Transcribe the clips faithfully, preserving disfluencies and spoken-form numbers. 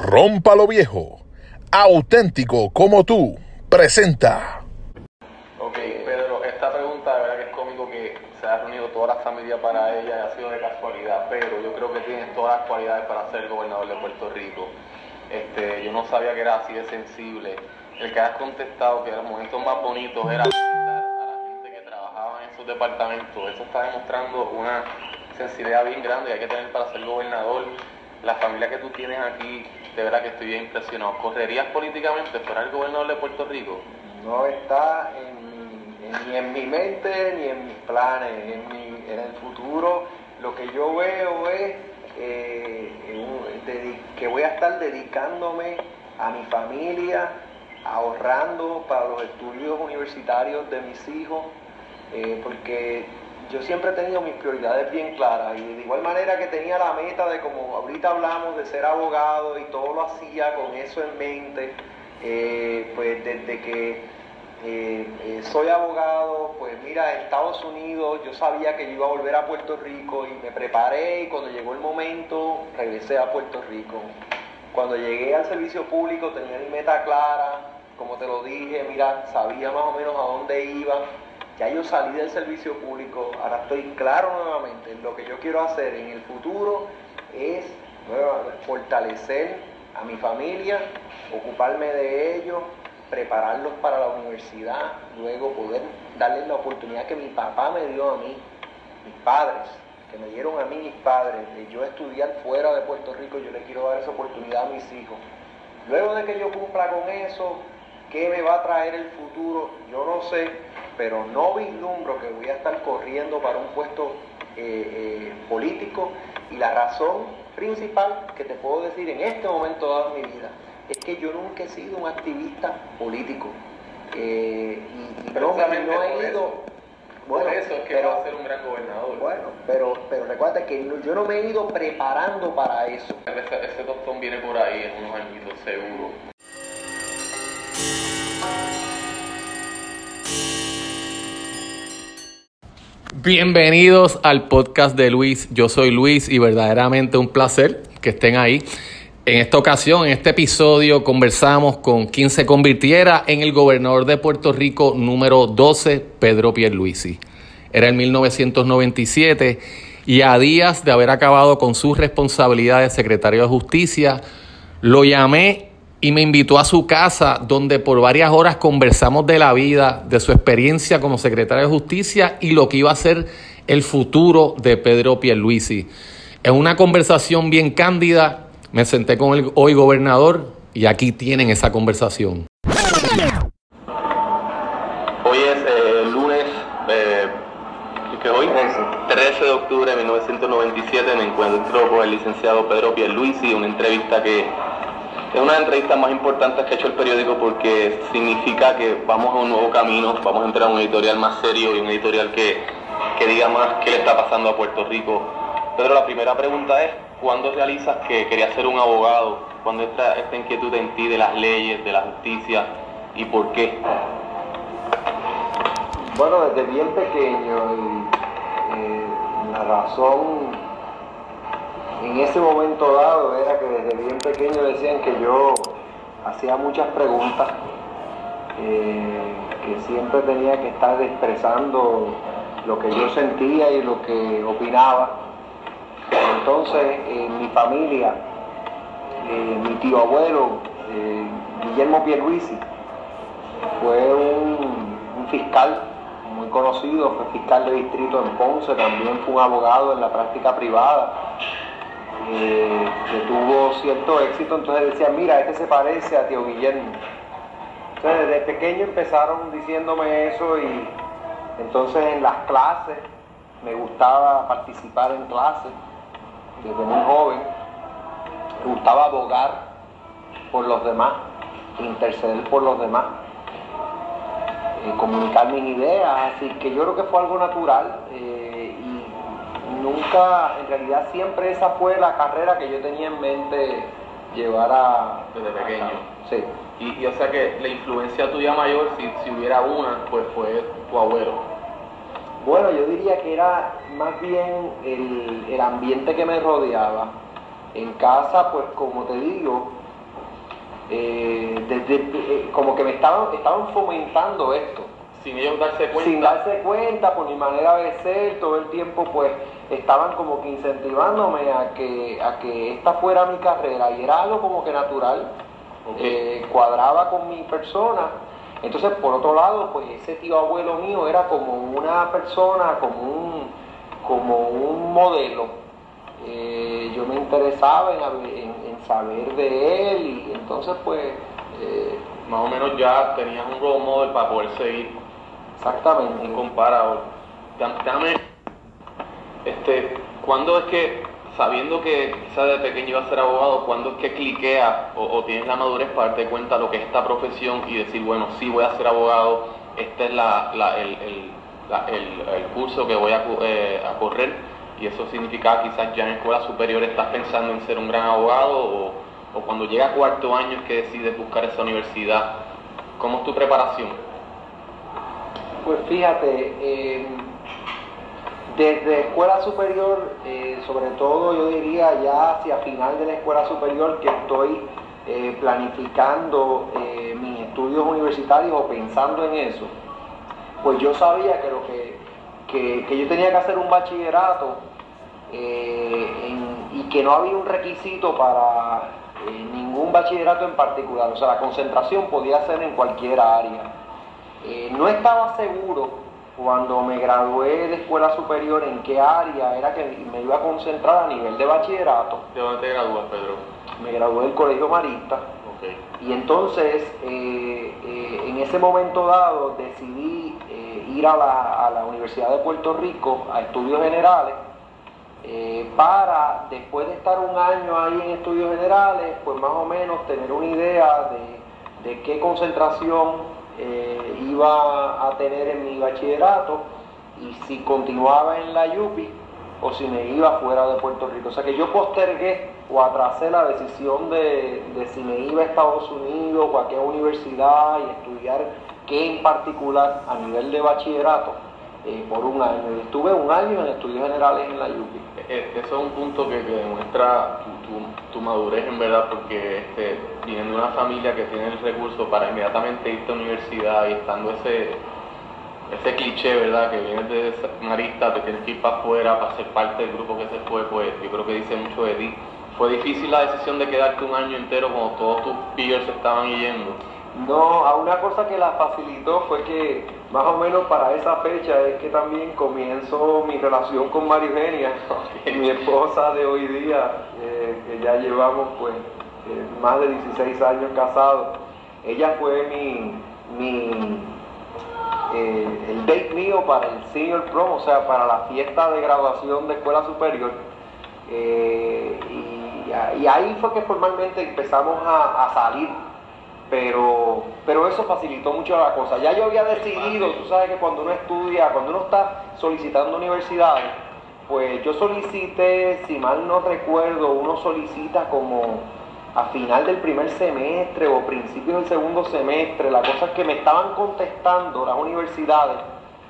Rómpalo Viejo, auténtico como tú, presenta. Ok, Pedro, esta pregunta de verdad que es cómico que se ha reunido toda la familia para ella y ha sido de casualidad, pero yo creo que tienes todas las cualidades para ser el gobernador de Puerto Rico. Este, yo no sabía que era así de sensible. El que has contestado que los momentos más bonitos era visitar a la gente que trabajaba en esos departamentos. Eso está demostrando una sensibilidad bien grande que hay que tener para ser gobernador. La familia que tú tienes aquí, de verdad que estoy bien impresionado. ¿Correrías políticamente fuera el gobernador de Puerto Rico? No está en mi, en, ni en mi mente ni en mis planes, en, mi, en el futuro. Lo que yo veo es eh, un, de, que voy a estar dedicándome a mi familia, ahorrando para los estudios universitarios de mis hijos, eh, porque yo siempre he tenido mis prioridades bien claras y de igual manera que tenía la meta de, como ahorita hablamos, de ser abogado y todo lo hacía con eso en mente. Eh, pues desde que eh, eh, soy abogado, pues mira, en Estados Unidos yo sabía que yo iba a volver a Puerto Rico y me preparé, y cuando llegó el momento regresé a Puerto Rico. Cuando llegué al servicio público tenía mi meta clara, como te lo dije, mira, sabía más o menos a dónde iba. Ya yo salí del servicio público, ahora estoy claro nuevamente. Lo que yo quiero hacer en el futuro es nuevamente fortalecer a mi familia, ocuparme de ellos, prepararlos para la universidad, luego poder darles la oportunidad que mi papá me dio a mí, mis padres, que me dieron a mí mis padres, de yo estudiar fuera de Puerto Rico. Yo les quiero dar esa oportunidad a mis hijos. Luego de que yo cumpla con eso, ¿qué me va a traer el futuro? Yo no sé, pero no vislumbro que voy a estar corriendo para un puesto eh, eh, político, y la razón principal que te puedo decir en este momento dado en mi vida es que yo nunca he sido un activista político, eh, y, y no, no he ido... Bueno, por eso es que pero, va a ser un gran gobernador. Bueno, pero, pero recuerda que no, yo no me he ido preparando para eso. Ese, ese tostón viene por ahí en unos añitos, seguro. Bienvenidos al podcast de Luis. Yo soy Luis y verdaderamente un placer que estén ahí. En esta ocasión, en este episodio, conversamos con quien se convirtiera en el gobernador de Puerto Rico número doce, Pedro Pierluisi. Era en mil novecientos noventa y siete y a días de haber acabado con sus responsabilidades de secretario de Justicia, lo llamé y me invitó a su casa, donde por varias horas conversamos de la vida, de su experiencia como secretario de Justicia y lo que iba a ser el futuro de Pedro Pierluisi. En una conversación bien cándida, me senté con el hoy gobernador y aquí tienen esa conversación. Hoy es eh, lunes, eh, ¿qué es hoy? trece de octubre de mil novecientos noventa y siete. Me encuentro con el licenciado Pedro Pierluisi, una entrevista que es una de las entrevistas más importantes que ha hecho el periódico, porque significa que vamos a un nuevo camino, vamos a entrar a un editorial más serio y un editorial que, que diga más qué le está pasando a Puerto Rico. Pedro, la primera pregunta es, ¿cuándo realizas que querías ser un abogado? ¿Cuándo entra esta inquietud en ti de las leyes, de la justicia, y por qué? Bueno, desde bien pequeño, y, eh, la razón en ese momento dado era que desde bien pequeño decían que yo hacía muchas preguntas, eh, que siempre tenía que estar expresando lo que yo sentía y lo que opinaba. Entonces, en mi familia, eh, mi tío abuelo, eh, Guillermo Pierluisi, fue un, un fiscal muy conocido, fue fiscal de distrito en Ponce, también fue un abogado en la práctica privada, eh, que tuvo cierto éxito. Entonces decía, mira, este se parece a tío Guillermo. Entonces desde pequeño empezaron diciéndome eso, y entonces en las clases me gustaba participar en clases. Desde muy joven me gustaba abogar por los demás, interceder por los demás, eh, comunicar mis ideas, así que yo creo que fue algo natural, eh, y nunca, en realidad siempre esa fue la carrera que yo tenía en mente llevar a... Desde pequeño. Sí. Y, y o sea que la influencia tuya mayor, si, si hubiera una, pues fue tu abuelo. Bueno, yo diría que era más bien el, el ambiente que me rodeaba. En casa, pues como te digo, eh, desde, eh, como que me estaban, estaban fomentando esto. Sin ellos darse cuenta. Sin darse cuenta, por mi manera de ser, todo el tiempo pues estaban como que incentivándome a que, a que esta fuera mi carrera, y era algo como que natural, okay. eh, cuadraba con mi persona. Entonces, por otro lado, pues ese tío abuelo mío era como una persona, como un, como un modelo. Eh, yo me interesaba en, en, en saber de él, y entonces pues... Eh, más o menos ya tenías un role model para poder seguir. Exactamente. Un comparador. Dame, este, ¿cuándo es que, sabiendo que quizás de pequeño iba a ser abogado, cuándo es que cliquea o, o tienes la madurez para darte cuenta de lo que es esta profesión y decir, bueno, sí voy a ser abogado, este es la, la, el, el, la, el, el curso que voy a, eh, a correr, y eso significa quizás ya en escuela superior estás pensando en ser un gran abogado, o, o cuando llega a cuarto año es que decides buscar esa universidad? ¿Cómo es tu preparación? Pues fíjate, eh, desde escuela superior, eh, sobre todo yo diría ya hacia final de la escuela superior, que estoy eh, planificando eh, mis estudios universitarios o pensando en eso, pues yo sabía que, lo que, que, que yo tenía que hacer un bachillerato eh, en, y que no había un requisito para eh, ningún bachillerato en particular, o sea, la concentración podía ser en cualquier área. Eh, no estaba seguro cuando me gradué de escuela superior en qué área era que me iba a concentrar a nivel de bachillerato. ¿De dónde te gradúas, Pedro? Me gradué del Colegio Marista. Okay. Y entonces, eh, eh, en ese momento dado, decidí eh, ir a la, a la Universidad de Puerto Rico a estudios generales, eh, para, después de estar un año ahí en estudios generales, pues más o menos tener una idea de, de qué concentración Eh, iba a tener en mi bachillerato, y si continuaba en la U P I o si me iba fuera de Puerto Rico. O sea que yo postergué o atrasé la decisión de, de si me iba a Estados Unidos o a qué universidad y estudiar qué en particular a nivel de bachillerato eh, por un año. Y estuve un año en estudios generales en la U P I. Eso es un punto que, que demuestra tu, tu, tu madurez, en verdad, porque este, vienen de una familia que tiene el recurso para inmediatamente irte a la universidad, y estando ese, ese cliché, ¿verdad?, que vienes de Marista, te tienes que ir para afuera para ser parte del grupo que se fue, pues yo creo que dice mucho de ti. ¿Fue difícil la decisión de quedarte un año entero cuando todos tus peers se estaban yendo? No, a una cosa que la facilitó fue que más o menos para esa fecha es que también comienzo mi relación con María Eugenia, mi esposa de hoy día, eh, que ya llevamos pues eh, más de dieciséis años casados. Ella fue mi, mi eh, el date mío para el senior prom, o sea, para la fiesta de graduación de escuela superior. Eh, y, y ahí fue que formalmente empezamos a, a salir. Pero, pero eso facilitó mucho la cosa. Ya yo había decidido, tú sabes que cuando uno estudia, cuando uno está solicitando universidades, pues yo solicité, si mal no recuerdo, uno solicita como a final del primer semestre o principios del segundo semestre. La cosa es que me estaban contestando las universidades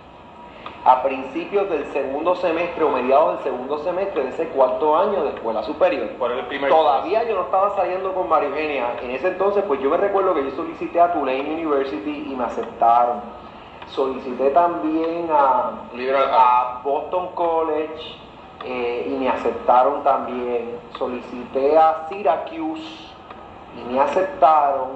a principios del segundo semestre o mediados del segundo semestre de ese cuarto año de escuela superior. Por el primer Todavía yo no estaba saliendo con María Eugenia. En ese entonces, pues yo me recuerdo que yo solicité a Tulane University y me aceptaron. Solicité también a, a Boston College eh, y me aceptaron también. Solicité a Syracuse y me aceptaron.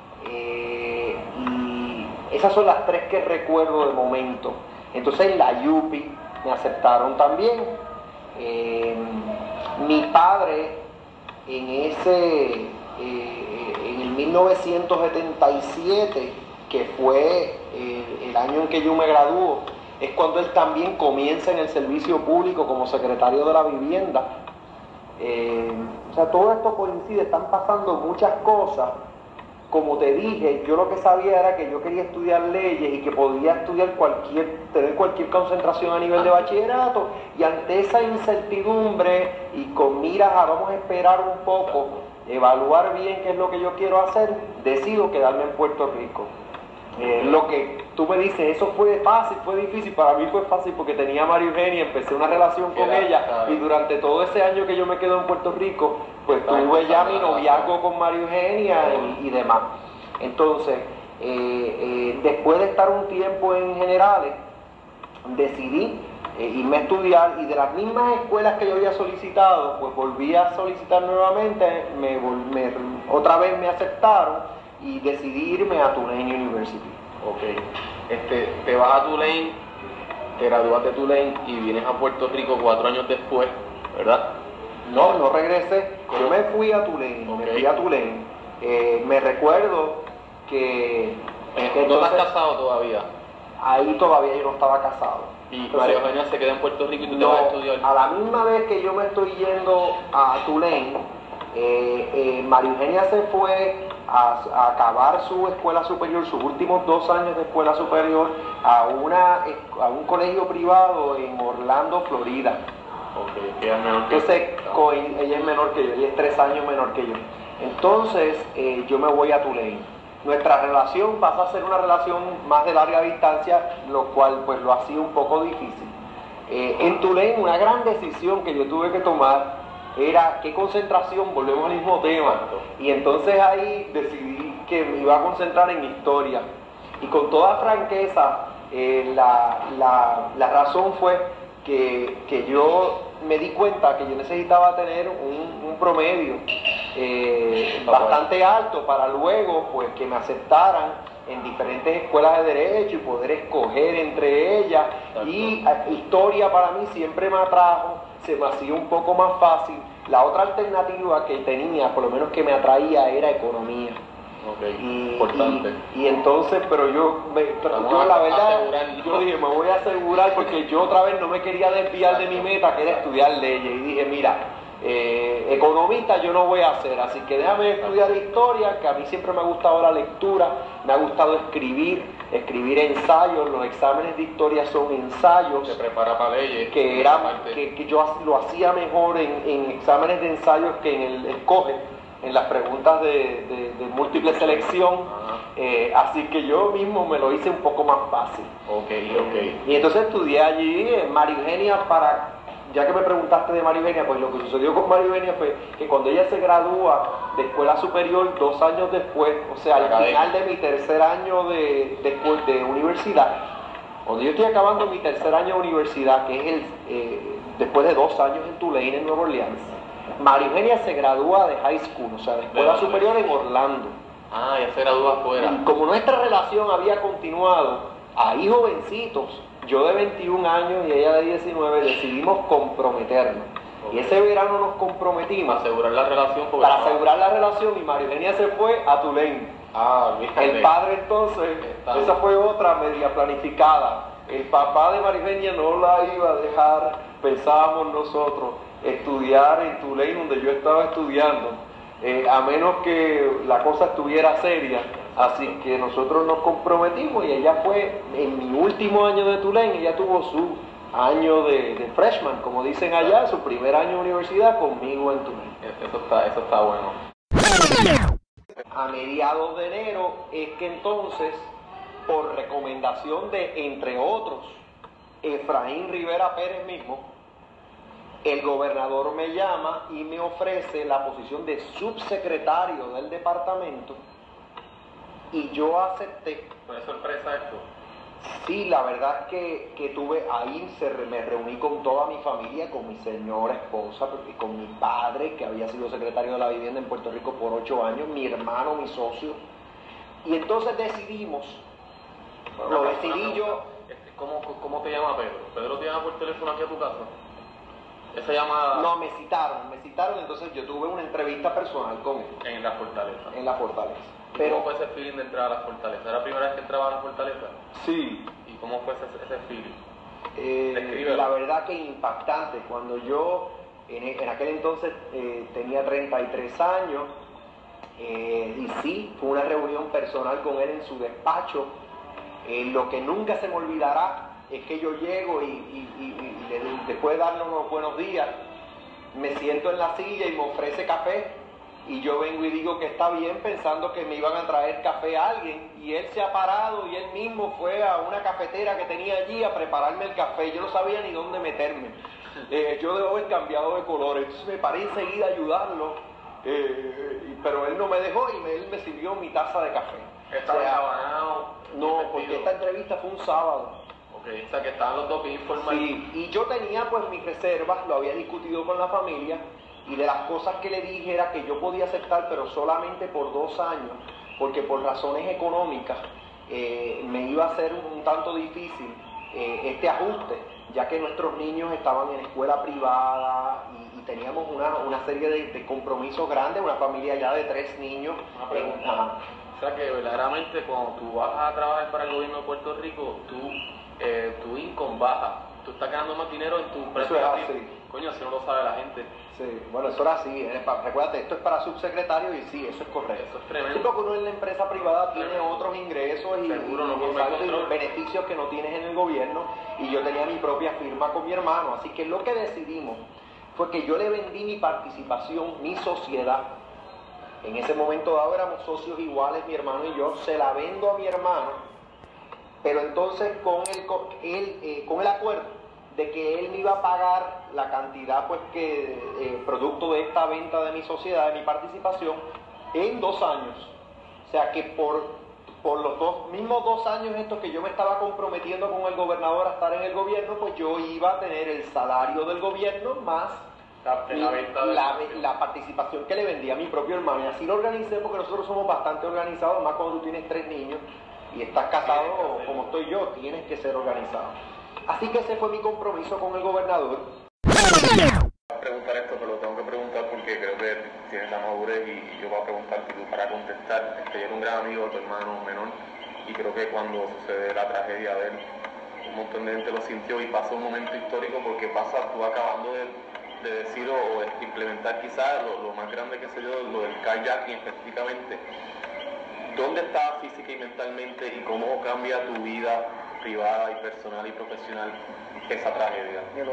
Eh, y esas son las tres que recuerdo de momento. Entonces en la U P I me aceptaron también. Eh, mi padre en ese, eh, en el mil novecientos setenta y siete, que fue eh, el año en que yo me graduó, es cuando él también comienza en el servicio público como secretario de la vivienda. Eh, o sea, todo esto coincide, están pasando muchas cosas. Como te dije, yo lo que sabía era que yo quería estudiar leyes y que podía estudiar cualquier, tener cualquier concentración a nivel de bachillerato, y ante esa incertidumbre y con miras a vamos a esperar un poco, evaluar bien qué es lo que yo quiero hacer, decido quedarme en Puerto Rico. Eh, lo que tú me dices, eso fue fácil, fue difícil, para mí fue fácil porque tenía a María Eugenia, empecé una relación con Era, ella claro. y durante todo ese año que yo me quedo en Puerto Rico, pues Estaba tuve ya mi empezando la noviazgo con María Eugenia y, y demás. Entonces, eh, eh, después de estar un tiempo en Generales, decidí eh, irme a estudiar y de las mismas escuelas que yo había solicitado, pues volví a solicitar nuevamente, me, vol- me- otra vez me aceptaron y decidí irme a Tulane University. Ok. Este, te vas a Tulane, te gradúas de Tulane y vienes a Puerto Rico cuatro años después, ¿verdad? No, no regresé, yo me fui a Tulane, Ok. me fui a Tulane. Eh, me recuerdo que, Eh, que ¿No estás entonces, casado todavía? ahí todavía yo no estaba casado. Y Entonces, María Eugenia se queda en Puerto Rico y tú te no, vas a estudiar. a la misma vez que yo me estoy yendo a Tulane, eh, eh, María Eugenia se fue a, a acabar su escuela superior, sus últimos dos años de escuela superior, a, una, a un colegio privado en Orlando, Florida. Ok, que es menor que Entonces, co- ella es menor que yo, ella es tres años menor que yo. Entonces, eh, yo me voy a Tulane. Nuestra relación pasa a ser una relación más de larga distancia, lo cual pues lo hacía un poco difícil. Eh, en Tulane, una gran decisión que yo tuve que tomar era qué concentración, volvemos al mismo tema. Y entonces ahí decidí que me iba a concentrar en historia. Y con toda franqueza, eh, la, la, la razón fue que, que yo me di cuenta que yo necesitaba tener un, un promedio eh, bastante alto para luego pues que me aceptaran en diferentes escuelas de derecho y poder escoger entre ellas. Y eh, historia para mí siempre me atrajo, se me hacía un poco más fácil. La otra alternativa que tenía, por lo menos que me atraía, era economía. Ok, Y, importante. y, y entonces, pero yo, me, Vamos yo a la verdad, asegurarnos. yo dije, me voy a asegurar porque yo otra vez no me quería desviar de mi meta, que era estudiar leyes. Y dije, mira, eh, economista yo no voy a hacer, así que déjame estudiar historia, que a mí siempre me ha gustado la lectura, me ha gustado escribir, escribir ensayos, los exámenes de historia son ensayos. Se prepara para leyes. Que, esa era, parte. que, que yo lo hacía mejor en, en exámenes de ensayos que en el escoge, en las preguntas de, de, de múltiple selección, Ajá. eh, así que yo mismo me lo hice un poco más fácil. Ok, ok. Y entonces estudié allí en María Eugenia para, ya que me preguntaste de María Eugenia, pues lo que sucedió con María Eugenia fue que cuando ella se gradúa de escuela superior, dos años después, o sea, al Academia. final de mi tercer año de, de, de universidad, cuando yo estoy acabando mi tercer año de universidad, que es el, eh, después de dos años en Tulane, en Nueva Orleans, María Eugenia se gradúa de high school, o sea, de escuela De- superior en Orlando. Ah, ya se graduó afuera. Y como nuestra relación había continuado, ahí jovencitos, yo de veintiún años y ella de diecinueve, decidimos comprometernos. Y ese verano nos comprometimos Para asegurar la relación. porque para no- asegurar la relación y María Eugenia se fue a Tulane. Ah, fíjate. El padre entonces, Está. esa fue otra media planificada. El papá de María Eugenia no la iba a dejar, pensábamos nosotros, estudiar en Tulane donde yo estaba estudiando, eh, a menos que la cosa estuviera seria. Así que nosotros nos comprometimos y ella fue, en mi último año de Tulane, ella tuvo su año de, de freshman, como dicen allá, su primer año de universidad conmigo en Tulane. Eso está, eso está bueno. A mediados de enero es que entonces, por recomendación de, entre otros, Efraín Rivera Pérez mismo, el gobernador me llama y me ofrece la posición de subsecretario del departamento y yo acepté. ¿Fue sorpresa esto? Sí, la verdad es que, que tuve ahí, se re- me reuní con toda mi familia, con mi señora esposa, y con mi padre, que había sido secretario de la vivienda en Puerto Rico por ocho años, mi hermano, mi socio, y entonces decidimos, lo Una decidí pregunta. yo. Este, ¿Cómo, ¿Cómo te llama Pedro? ¿Pedro te llama por teléfono aquí a tu casa? Esa llamada No, me citaron, me citaron, entonces yo tuve una entrevista personal con él en la fortaleza. en la fortaleza. Pero, ¿cómo Pero fue ese feeling de entrar a la fortaleza? ¿Era la primera vez que entraba a la fortaleza? sí, ¿Y cómo fue ese, ese feeling? eh, Descríbelo. la verdad que impactante. Cuando yo en, en aquel entonces eh, tenía treinta y tres años, eh, y sí, fue una reunión personal con él en su despacho. Eh, lo que nunca se me olvidará es que yo llego y, y, y, y le- después de darnos unos buenos días, me siento en la silla y me ofrece café y yo vengo y digo que está bien pensando que me iban a traer café a alguien, y él se ha parado y él mismo fue a una cafetera que tenía allí a prepararme el café. Yo no sabía ni dónde meterme, eh, yo debo haber cambiado de color, entonces me paré enseguida a ayudarlo, eh, pero él no me dejó y me, él me sirvió mi taza de café. ¿Estaba encabanado? No, porque esta entrevista fue un sábado. Ok, o sea que estaban los dos bien informales. Sí, y yo tenía pues mis reservas, lo había discutido con la familia, y de las cosas que le dije era que yo podía aceptar, pero solamente por dos años, porque por razones económicas eh, me iba a ser un tanto difícil eh, este ajuste, ya que nuestros niños estaban en escuela privada y, y teníamos una, una serie de, de compromisos grandes, una familia ya de tres niños. Una pregunta. En, o sea que verdaderamente cuando tú vas a trabajar para el gobierno de Puerto Rico, tú, eh, tu income baja, tú estás ganando más dinero en tu Eso es así. Coño, si no lo sabe la gente. Sí, bueno, eso era así, ¿eh? Recuérdate, esto es para subsecretario y sí, eso es correcto. Eso es tremendo. Sí, porque uno en la empresa privada tiene Tremendo. otros ingresos y, Seguro, no y, por exacto, y control. beneficios que no tienes en el gobierno, y yo tenía mi propia firma con mi hermano, así que lo que decidimos fue que yo le vendí mi participación, mi sociedad. En ese momento dado éramos socios iguales, mi hermano y yo, se la vendo a mi hermano, pero entonces con el, con el, eh, con el acuerdo de que él me iba a pagar la cantidad pues que eh, producto de esta venta de mi sociedad, de mi participación, en dos años. O sea que por, por los dos, mismos dos años estos que yo me estaba comprometiendo con el gobernador a estar en el gobierno, pues yo iba a tener el salario del gobierno más La, la, venta de la, la participación que le vendía a mi propio hermano. Y así lo organicé, porque nosotros somos bastante organizados, más cuando tú tienes tres niños y estás casado como estoy yo, tienes que ser organizado. Así que ese fue mi compromiso con el gobernador. Voy a preguntar esto, pero lo tengo que preguntar porque creo que tienes la madurez y, y yo voy a preguntarte tú para contestar. Este, yo era un gran amigo de tu hermano menor y creo que cuando sucede la tragedia de él, un montón de gente lo sintió y pasa un momento histórico porque pasa tú acabando de, de decir o de implementar quizás lo, lo más grande que se dio, lo del kayaking específicamente. ¿Dónde estás física y mentalmente y cómo cambia tu vida privada y personal y profesional esa tragedia? Pero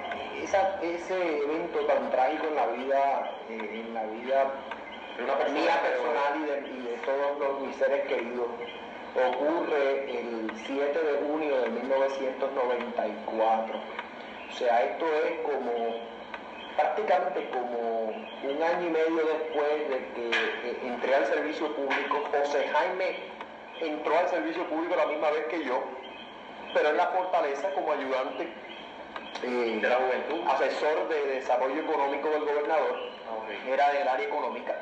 esa, ese evento tan trágico en la vida, eh, en la vida de una persona mía personal y de, y de todos los, mis seres queridos, ocurre el siete de junio de mil novecientos noventa y cuatro. O sea, esto es como prácticamente como un año y medio después de que eh, entré al servicio público. José Jaime entró al servicio público la misma vez que yo, pero en la Fortaleza como ayudante eh, de la juventud, asesor de desarrollo económico del gobernador. Okay. Era del área económica.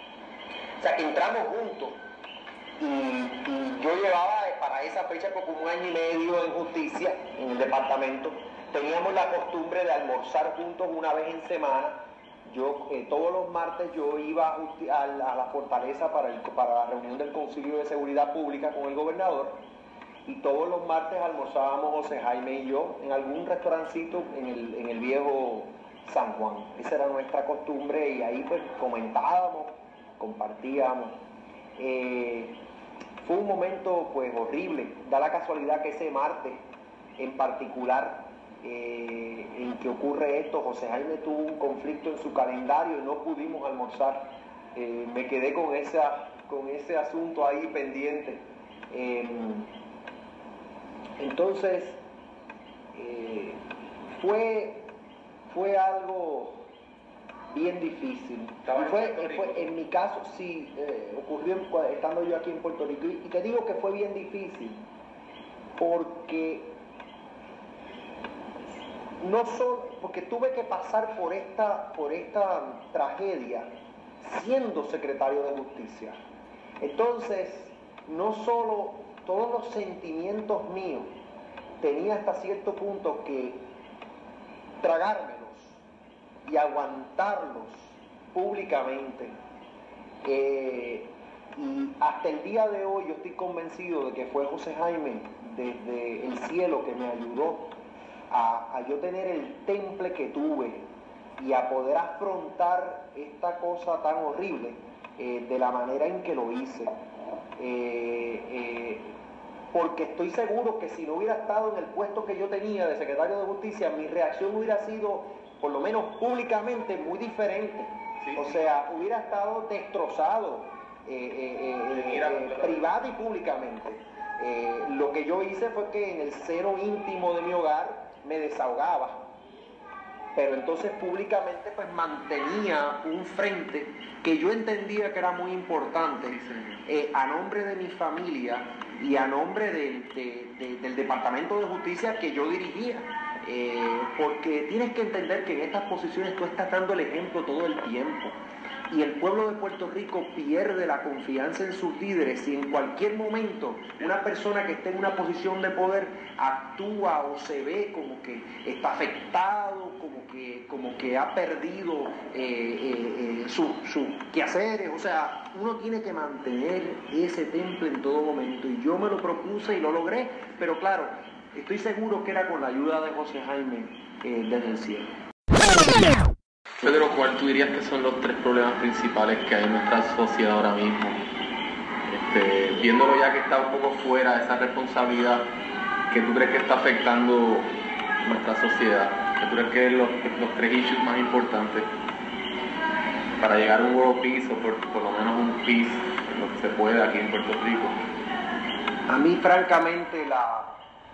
O sea que entramos juntos y, y yo llevaba para esa fecha como un año y medio en justicia en el departamento. Teníamos la costumbre de almorzar juntos una vez en semana. Yo eh, todos los martes yo iba a, a, la, a la Fortaleza para, el, para la reunión del Concilio de Seguridad Pública con el gobernador, y todos los martes almorzábamos José Jaime y yo en algún restaurancito en el, en el viejo San Juan. Esa era nuestra costumbre y ahí pues comentábamos, compartíamos. Eh, fue un momento pues horrible. Da la casualidad que ese martes en particular Eh, en que ocurre esto, José Jaime tuvo un conflicto en su calendario y no pudimos almorzar. Eh, me quedé con, esa, con ese asunto ahí pendiente. Eh, entonces, eh, fue, fue algo bien difícil. Y fue, fue, en mi caso, sí, eh, ocurrió estando yo aquí en Puerto Rico. Y te digo que fue bien difícil porque no solo porque tuve que pasar por esta, por esta tragedia siendo secretario de Justicia. Entonces, no solo todos los sentimientos míos tenía hasta cierto punto que tragármelos y aguantarlos públicamente. Eh, y hasta el día de hoy yo estoy convencido de que fue José Jaime desde el cielo que me ayudó A, a yo tener el temple que tuve y a poder afrontar esta cosa tan horrible eh, de la manera en que lo hice. Eh, eh, porque estoy seguro que si no hubiera estado en el puesto que yo tenía de secretario de Justicia, mi reacción hubiera sido, por lo menos públicamente, muy diferente. Sí. O sea, hubiera estado destrozado eh, eh, eh, eh, privada y públicamente. Eh, lo que yo hice fue que en el seno íntimo de mi hogar me desahogaba, pero entonces públicamente pues mantenía un frente que yo entendía que era muy importante eh, a nombre de mi familia y a nombre de, de, de, del Departamento de Justicia que yo dirigía, eh, porque tienes que entender que en estas posiciones tú estás dando el ejemplo todo el tiempo. Y el pueblo de Puerto Rico pierde la confianza en sus líderes si en cualquier momento una persona que esté en una posición de poder actúa o se ve como que está afectado, como que, como que ha perdido eh, eh, eh, sus su quehaceres. O sea, uno tiene que mantener ese temple en todo momento. Y yo me lo propuse y lo logré, pero claro, estoy seguro que era con la ayuda de José Jaime eh, desde el cielo. Pedro, ¿cuál tú dirías que son los tres problemas principales que hay en nuestra sociedad ahora mismo? Este, viéndolo ya que está un poco fuera de esa responsabilidad, ¿qué tú crees que está afectando nuestra sociedad? ¿Qué tú crees que son los, los tres issues más importantes para llegar a un world peace o por, por lo menos un peace en lo que se puede aquí en Puerto Rico? A mí, francamente, la...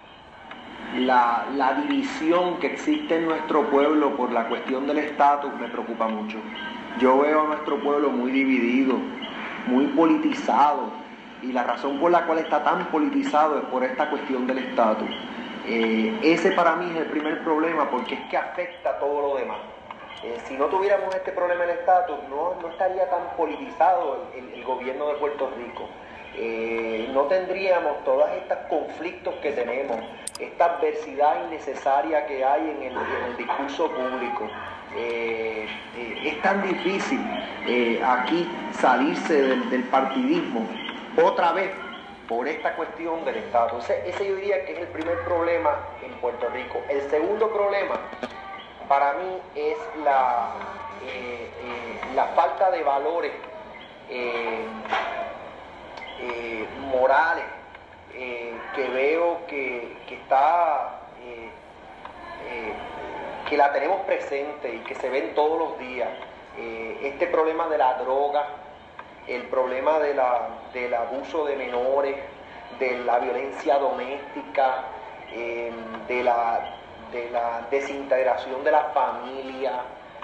La, la división que existe en nuestro pueblo por la cuestión del estatus me preocupa mucho. Yo veo a nuestro pueblo muy dividido, muy politizado, y la razón por la cual está tan politizado es por esta cuestión del estatus. Eh, ese para mí es el primer problema, porque es que afecta a todo lo demás. Eh, si no tuviéramos este problema del estatus, no, no estaría tan politizado el, el, el gobierno de Puerto Rico. Eh, no tendríamos todos estos conflictos que tenemos, esta adversidad innecesaria que hay en el, en el discurso público. Eh, eh, es tan difícil eh, aquí salirse del, del partidismo otra vez por esta cuestión del estatus. Ese, ese yo diría que es el primer problema en Puerto Rico. El segundo problema para mí es la, eh, eh, la falta de valores eh, Eh, morales eh, que veo que, que está eh, eh, que la tenemos presente y que se ven todos los días. Eh, este problema de la droga, el problema de la, del abuso de menores, de la violencia doméstica, eh, de, la, de la desintegración de la familia,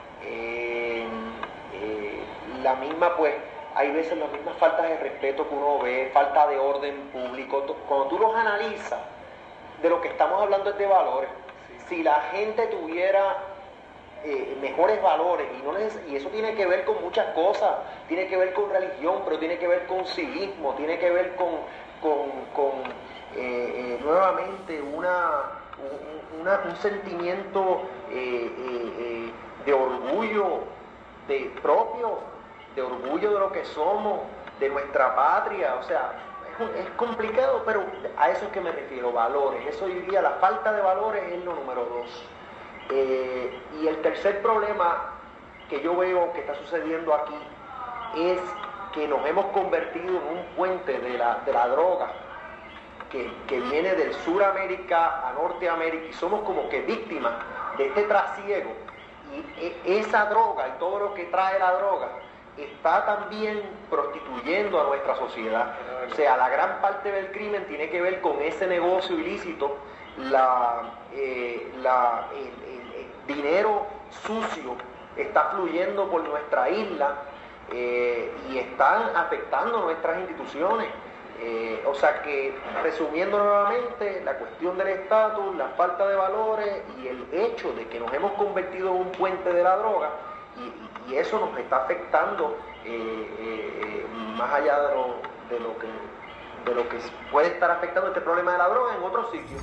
eh, eh, la misma pues hay veces las mismas faltas de respeto que uno ve, falta de orden público. Cuando tú los analizas, de lo que estamos hablando es de valores. Si la gente tuviera eh, mejores valores, y, no les, y eso tiene que ver con muchas cosas, tiene que ver con religión, pero tiene que ver con civismo, tiene que ver con, con, con eh, eh, nuevamente una, una, un sentimiento eh, eh, eh, de orgullo de propio, de orgullo de lo que somos, de nuestra patria. O sea, es, es complicado, pero a eso es que me refiero, valores. Eso diría, la falta de valores es lo número dos. Eh, y el tercer problema que yo veo que está sucediendo aquí es que nos hemos convertido en un puente de la, de la droga que, que viene del Suramérica a Norteamérica, y somos como que víctimas de este trasiego. Y e, esa droga y todo lo que trae la droga está también prostituyendo a nuestra sociedad. O sea, la gran parte del crimen tiene que ver con ese negocio ilícito, la, eh, la, el, el, el dinero sucio está fluyendo por nuestra isla eh, y están afectando nuestras instituciones. Eh, o sea que, resumiendo nuevamente, la cuestión del estatus, la falta de valores y el hecho de que nos hemos convertido en un puente de la droga, y, y eso nos está afectando eh, eh, más allá de lo, de, lo que, de lo que puede estar afectando este problema de la droga en otros sitios.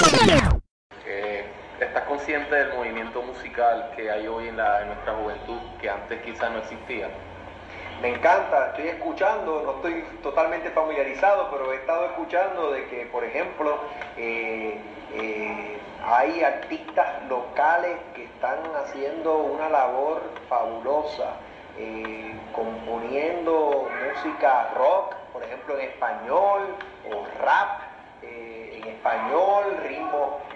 Eh, ¿Estás consciente del movimiento musical que hay hoy en, la, en nuestra juventud, que antes quizás no existía? Me encanta, estoy escuchando, no estoy totalmente familiarizado, pero he estado escuchando de que, por ejemplo, eh, eh, hay artistas locales que están haciendo una labor fabulosa, eh, componiendo música rock, por ejemplo, en español, o rap eh, en español, ritmos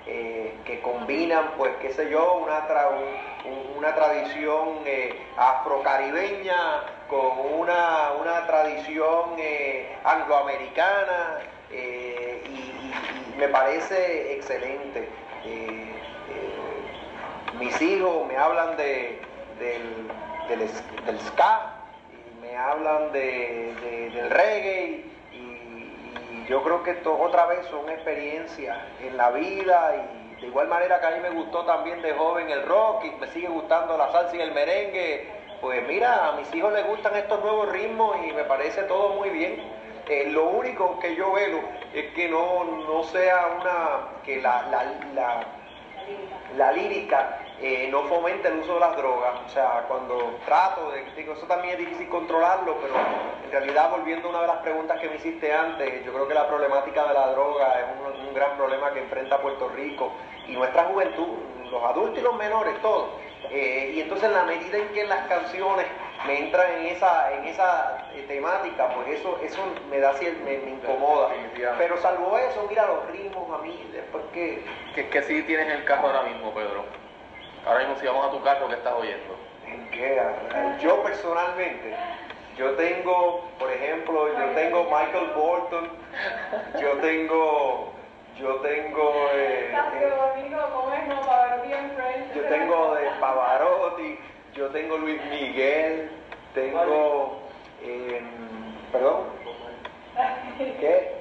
eh, que combinan, pues, qué sé yo, una, tra un, una tradición eh, afrocaribeña con una, una tradición eh, angloamericana, eh, y, y, y me parece excelente. Eh, eh, mis hijos me hablan de, del, del, del ska, y me hablan de, de, del reggae, y, y yo creo que esto otra vez son experiencias en la vida, y de igual manera que a mí me gustó también de joven el rock y me sigue gustando la salsa y el merengue, pues mira, a mis hijos les gustan estos nuevos ritmos y me parece todo muy bien. Eh, lo único que yo veo es que no, no sea una, que la, la, la, la lírica eh, no fomente el uso de las drogas. O sea, cuando trato de, digo, eso también es difícil controlarlo, pero en realidad, volviendo a una de las preguntas que me hiciste antes, yo creo que la problemática de la droga es un, un gran problema que enfrenta Puerto Rico y nuestra juventud, los adultos y los menores, todos. Eh, y entonces, en la medida en que las canciones me entran en esa, en esa eh, temática, pues eso, eso me da me, me incomoda. Pero salvo eso, mira los ritmos a mí, después que... ¿Qué, qué sí tienes en el carro ahora mismo, Pedro? Ahora mismo si vamos a tu carro, ¿qué estás oyendo? ¿En qué? Yo personalmente, yo tengo, por ejemplo, yo tengo Michael Bolton, yo tengo... Yo tengo... Eh, eh, yo tengo de Pavarotti, yo tengo Luis Miguel, tengo... Eh, ¿Perdón? ¿Qué?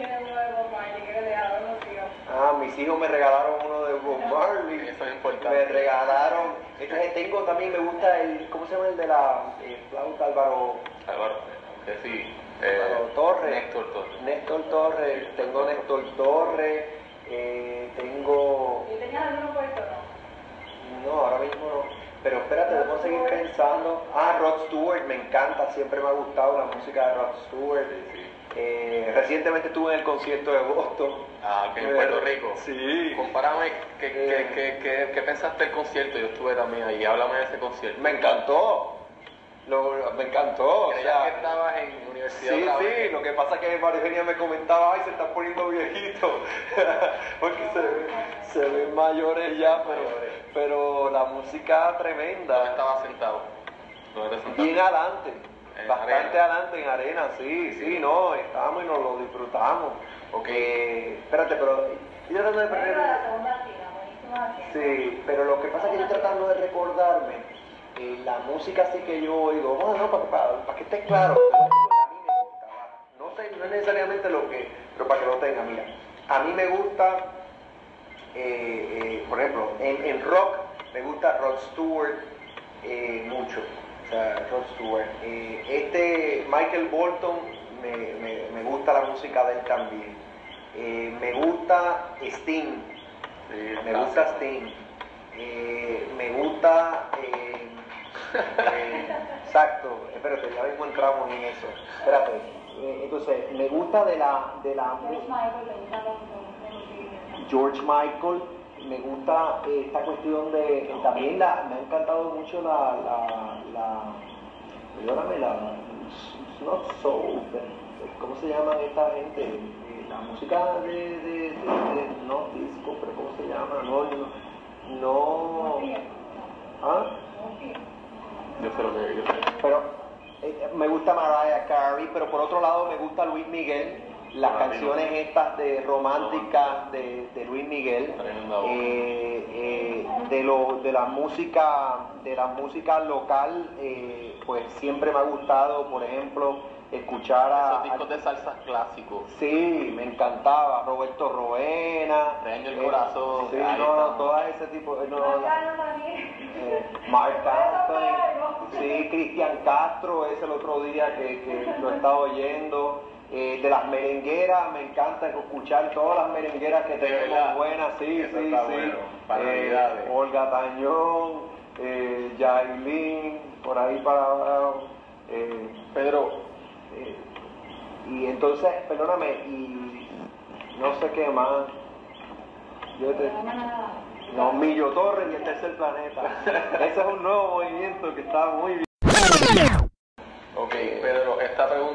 Ah, mis hijos me regalaron uno de Bob Marley. Eso es importante. Me regalaron... Entonces tengo también, me gusta el... ¿Cómo se llama el de la eh, flauta? Álvaro... Álvaro, que sí. Eh, Torres, Néstor Torres. Néstor Torres, tengo Néstor Torres, eh, tengo... ¿Y tenías alguno puesto no? No, ahora mismo no. Pero espérate, debemos seguir pensando. Ah, Rod Stewart, me encanta, siempre me ha gustado la música de Rod Stewart. Sí. Eh, recientemente estuve en el concierto de Boston. Ah, que en Puerto Rico. Sí. Compárame, ¿qué, Eh. qué, qué, qué, qué pensaste del concierto? Yo estuve también ahí, háblame de ese concierto. Me encantó. Lo, me encantó. O Creías sea, que estabas en universidad sí, otra sí, vez. lo que pasa es que María Eugenia me comentaba, ay, se están poniendo viejitos, porque se, ven- se ven mayores ya, pero, pero la música ¿Dónde tremenda, estabas sentado? ¿Dónde te sentaste? bien adelante, En bastante arena. adelante en arena, sí, sí, no, estábamos y nos lo disfrutamos. Ok. Eh, espérate, pero yo tratando de Pero la segunda fila, buenísima asiento. sí, pero lo que pasa es que yo tratando de recordarme, eh, la música sí que yo oigo, bueno, no, para, para, para que esté claro, lo que a mí me gusta, no, sé, no es necesariamente lo que, pero para que lo tenga, mira, a mí me gusta, eh, eh, por ejemplo, en, en rock me gusta Rod Stewart eh, mucho, o sea, Rod Stewart. Eh, este Michael Bolton, me, me, me gusta la música de él también. Eh, me gusta Sting, Sí, me gusta Sting. Eh, me gusta... Eh, eh, exacto, espérate, ya mismo entramos en eso. Espérate, eh, entonces, me gusta de la... De la George Michael, te gusta los- George Michael, me gusta eh, esta cuestión de, eh, también la, me ha encantado mucho la, la, la, perdóname, la, not soul, pero, ¿cómo se llama esta gente? Eh, la música de, de, de, de, no disco, pero ¿cómo se llama? No, no, no, ¿ah? Yo sé lo que yo sé. Pero eh, me gusta Mariah Carey, pero por otro lado me gusta Luis Miguel, las Ah, canciones estas de románticas de, de Luis Miguel, Tremenda voz. eh, eh, de lo de la música de la música local, eh, pues siempre me ha gustado, por ejemplo, escuchar a, Esos discos de salsa clásicos. sí, me encantaba Roberto Roena, Reaño el eh, corazón, sí, ahí no, no, estamos. todo ese tipo, no, Marcano también. eh, Marc Anthony, sí, Cristian Castro, ese el otro día que, que lo estaba oyendo, eh, de las merengueras, me encanta escuchar todas las merengueras que tenemos verdad? buenas, sí, Eso sí, está sí, bueno, para Eh, Navidades. Olga Tañón, eh, Yailin, por ahí para abajo, eh, Pedro, eh, y entonces, perdóname, y no sé qué más, yo te... No, Millo Torres y el Tercer Planeta. Ese es un nuevo movimiento que está muy bien. ok, Pedro, esta pregunta de verdad que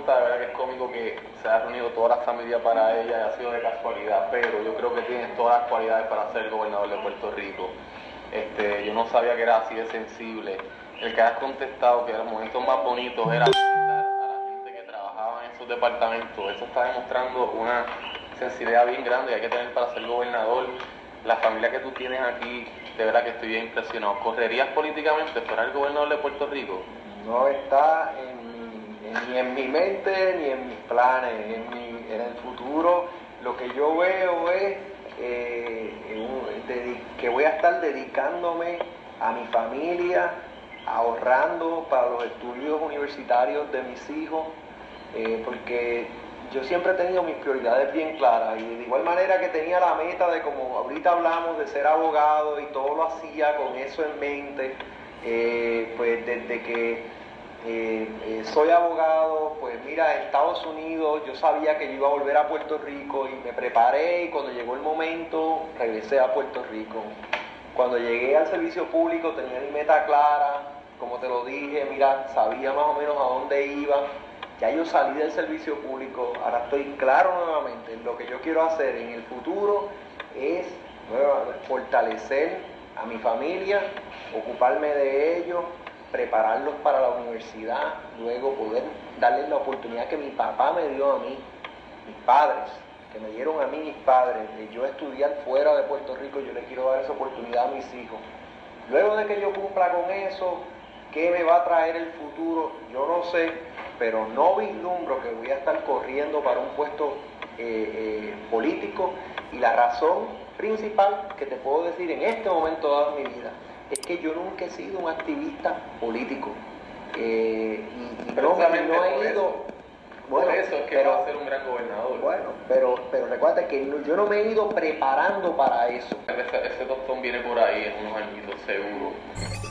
es cómico que se ha reunido toda la familia para ella y ha sido de casualidad, pero yo creo que tienes todas las cualidades para ser el gobernador de Puerto Rico. Este, yo no sabía que era así de sensible. El que hayas contestado que los momentos más bonitos era visitar a la gente que trabajaba en esos departamentos, eso está demostrando una sensibilidad bien grande que hay que tener para ser gobernador. La familia que tú tienes aquí, de verdad que estoy bien impresionado. ¿Correrías políticamente fuera el gobernador de Puerto Rico? No está en mi- en- ni en mi mente ni en mis planes, en, mi- en el futuro. Lo que yo veo es eh, un- dedi- que voy a estar dedicándome a mi familia, ahorrando para los estudios universitarios de mis hijos, eh, porque yo siempre he tenido mis prioridades bien claras y de igual manera que tenía la meta de, como ahorita hablamos, de ser abogado y todo lo hacía con eso en mente, eh, pues desde que eh, eh, soy abogado, pues mira, en Estados Unidos yo sabía que yo iba a volver a Puerto Rico y me preparé y cuando llegó el momento regresé a Puerto Rico. Cuando llegué al servicio público tenía mi meta clara, como te lo dije, mira, sabía más o menos a dónde iba. Ya yo salí del servicio público, ahora estoy claro nuevamente. Lo que yo quiero hacer en el futuro es nuevamente, fortalecer a mi familia, ocuparme de ellos, prepararlos para la universidad, luego poder darles la oportunidad que mi papá me dio a mí, mis padres, que me dieron a mí mis padres, de yo estudiar fuera de Puerto Rico. Yo les quiero dar esa oportunidad a mis hijos. Luego de que yo cumpla con eso, ¿qué me va a traer el futuro? Yo no sé, pero no vislumbro que voy a estar corriendo para un puesto eh, eh, político, y la razón principal que te puedo decir en este momento dado en mi vida es que yo nunca he sido un activista político, eh, y, y no, Precisamente no he por ido... eso. Bueno, Por eso es que pero- va a ser un gran gobernador. Bueno, pero, pero recuerda que no- yo no me he ido preparando para eso. Ese, ese tostón viene por ahí en unos añitos, seguro.